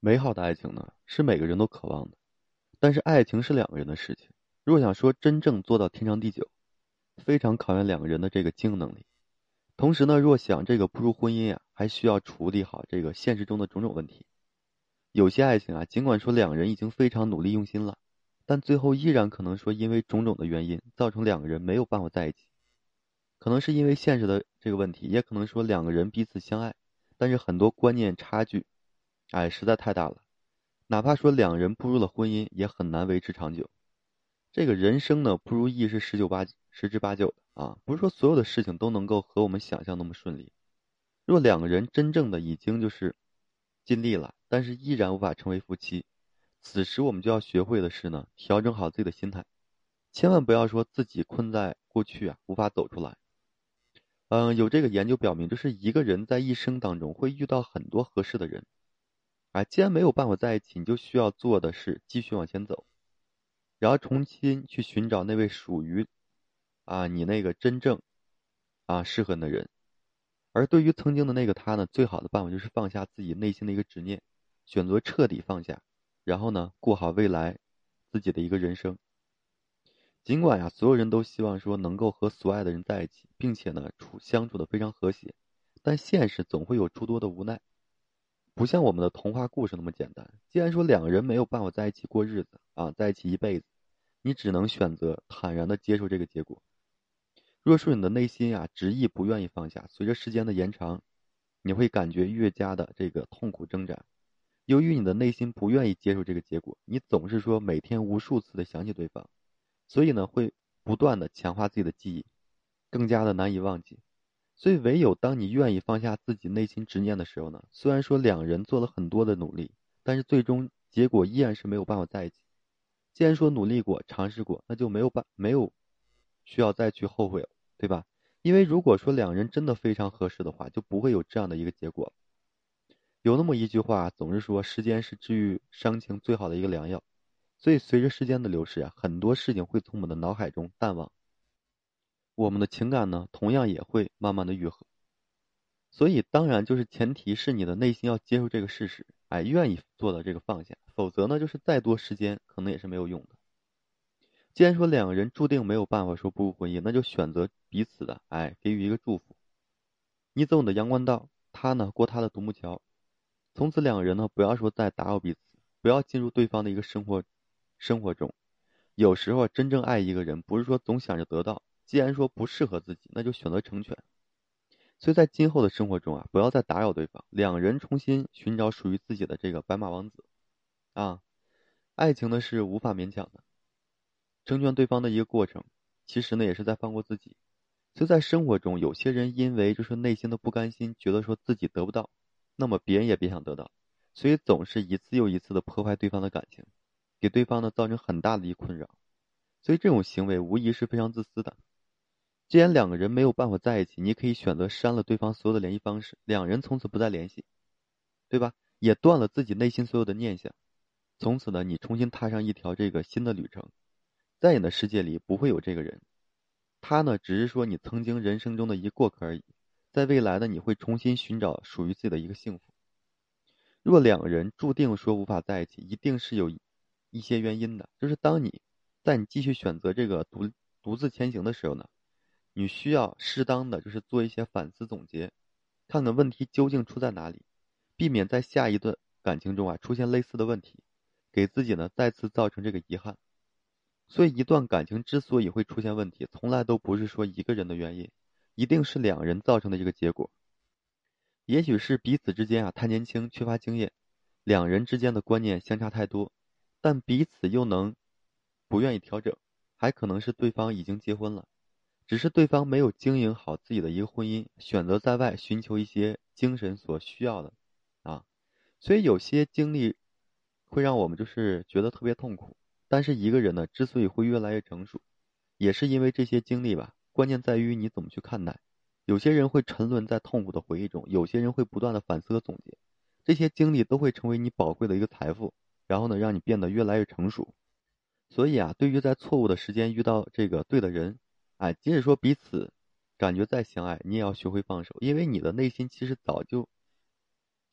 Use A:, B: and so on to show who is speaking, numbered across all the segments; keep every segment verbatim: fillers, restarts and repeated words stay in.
A: 美好的爱情呢，是每个人都渴望的，但是爱情是两个人的事情。若想说真正做到天长地久，非常考验两个人的这个经营能力。同时呢，若想这个步入婚姻呀、还需要处理好这个现实中的种种问题。有些爱情啊，尽管说两人已经非常努力用心了，但最后依然可能说因为种种的原因，造成两个人没有办法在一起。可能是因为现实的这个问题，也可能说两个人彼此相爱，但是很多观念差距，哎，实在太大了。哪怕说两人步入了婚姻，也很难维持长久。这个人生呢，不如意是十九八十之八九的啊，不是说所有的事情都能够和我们想象那么顺利。若两个人真正的已经就是尽力了，但是依然无法成为夫妻，此时我们就要学会的是呢，调整好自己的心态，千万不要说自己困在过去啊，无法走出来。嗯，有这个研究表明，就是一个人在一生当中会遇到很多合适的人，啊，既然没有办法在一起，你就需要做的是继续往前走，然后重新去寻找那位属于啊你那个真正啊适合你的人。而对于曾经的那个他呢，最好的办法就是放下自己内心的一个执念，选择彻底放下，然后呢过好未来自己的一个人生。尽管呀，所有人都希望说能够和所爱的人在一起，并且呢处相处的非常和谐，但现实总会有诸多的无奈，不像我们的童话故事那么简单。既然说两个人没有办法在一起过日子啊，在一起一辈子，你只能选择坦然的接受这个结果。若是你的内心啊执意不愿意放下，随着时间的延长，你会感觉越加的这个痛苦挣扎。由于你的内心不愿意接受这个结果，你总是说每天无数次的想起对方，所以呢会不断的强化自己的记忆，更加的难以忘记。所以唯有当你愿意放下自己内心执念的时候呢，虽然说两人做了很多的努力，但是最终结果依然是没有办法在一起。既然说努力过、尝试过，那就没有办没有需要再去后悔了，对吧？因为如果说两人真的非常合适的话，就不会有这样的一个结果。有那么一句话，总是说时间是治愈伤情最好的一个良药。所以随着时间的流逝啊，很多事情会从我们的脑海中淡忘，我们的情感呢，同样也会慢慢的愈合。所以当然就是前提是你的内心要接受这个事实，哎，愿意做到这个放下，否则呢，就是再多时间可能也是没有用的。既然说两个人注定没有办法说步入婚姻，那就选择彼此的，哎，给予一个祝福。你走你的阳关道，他呢过他的独木桥。从此两个人呢，不要说再打扰彼此，不要进入对方的一个生活生活中。有时候真正爱一个人，不是说总想着得到，既然说不适合自己，那就选择成全。所以在今后的生活中啊，不要再打扰对方，两人重新寻找属于自己的这个白马王子啊。爱情呢是无法勉强的，成全对方的一个过程，其实呢也是在放过自己。所以在生活中，有些人因为就是内心的不甘心，觉得说自己得不到，那么别人也别想得到，所以总是一次又一次的破坏对方的感情，给对方呢造成很大的一困扰。所以这种行为无疑是非常自私的。既然两个人没有办法在一起，你可以选择删了对方所有的联系方式，两人从此不再联系，对吧？也断了自己内心所有的念想。从此呢，你重新踏上一条这个新的旅程，在你的世界里不会有这个人，他呢只是说你曾经人生中的一个过客而已。在未来呢，你会重新寻找属于自己的一个幸福。若两个人注定说无法在一起，一定是有一些原因的，就是当你在你继续选择这个独独自前行的时候呢，你需要适当的就是做一些反思总结，看看问题究竟出在哪里，避免在下一段感情中啊出现类似的问题，给自己呢再次造成这个遗憾。所以一段感情之所以会出现问题，从来都不是说一个人的原因，一定是两人造成的这个结果。也许是彼此之间啊太年轻，缺乏经验，两人之间的观念相差太多，但彼此又能不愿意调整，还可能是对方已经结婚了，只是对方没有经营好自己的一个婚姻，选择在外寻求一些精神所需要的啊。所以有些经历会让我们就是觉得特别痛苦，但是一个人呢之所以会越来越成熟，也是因为这些经历吧，关键在于你怎么去看待。有些人会沉沦在痛苦的回忆中，有些人会不断的反思和总结，这些经历都会成为你宝贵的一个财富，然后呢让你变得越来越成熟。所以啊，对于在错误的时间遇到这个对的人，哎，即使说彼此感觉再相爱，你也要学会放手，因为你的内心其实早就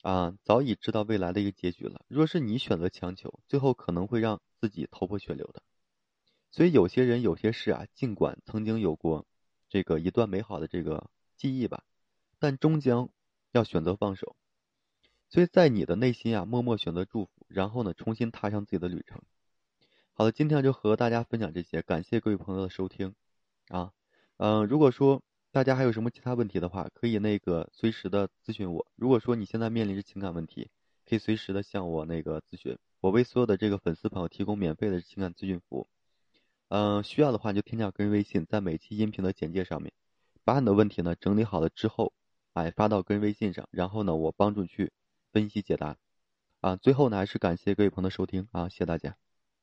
A: 啊，早已知道未来的一个结局了。若是你选择强求，最后可能会让自己头破血流的。所以有些人有些事啊，尽管曾经有过这个一段美好的这个记忆吧，但终将要选择放手。所以在你的内心啊，默默选择祝福，然后呢，重新踏上自己的旅程。好的，今天就和大家分享这些，感谢各位朋友的收听啊。嗯、呃如果说大家还有什么其他问题的话，可以那个随时的咨询我。如果说你现在面临着情感问题，可以随时的向我那个咨询。我为所有的这个粉丝朋友提供免费的情感咨询服务。嗯、呃需要的话就添加个人微信，在每期音频的简介上面，把你的问题呢整理好了之后，哎发到个人微信上，然后呢我帮助你去分析解答。啊，最后呢还是感谢各位朋友的收听啊，谢谢大家。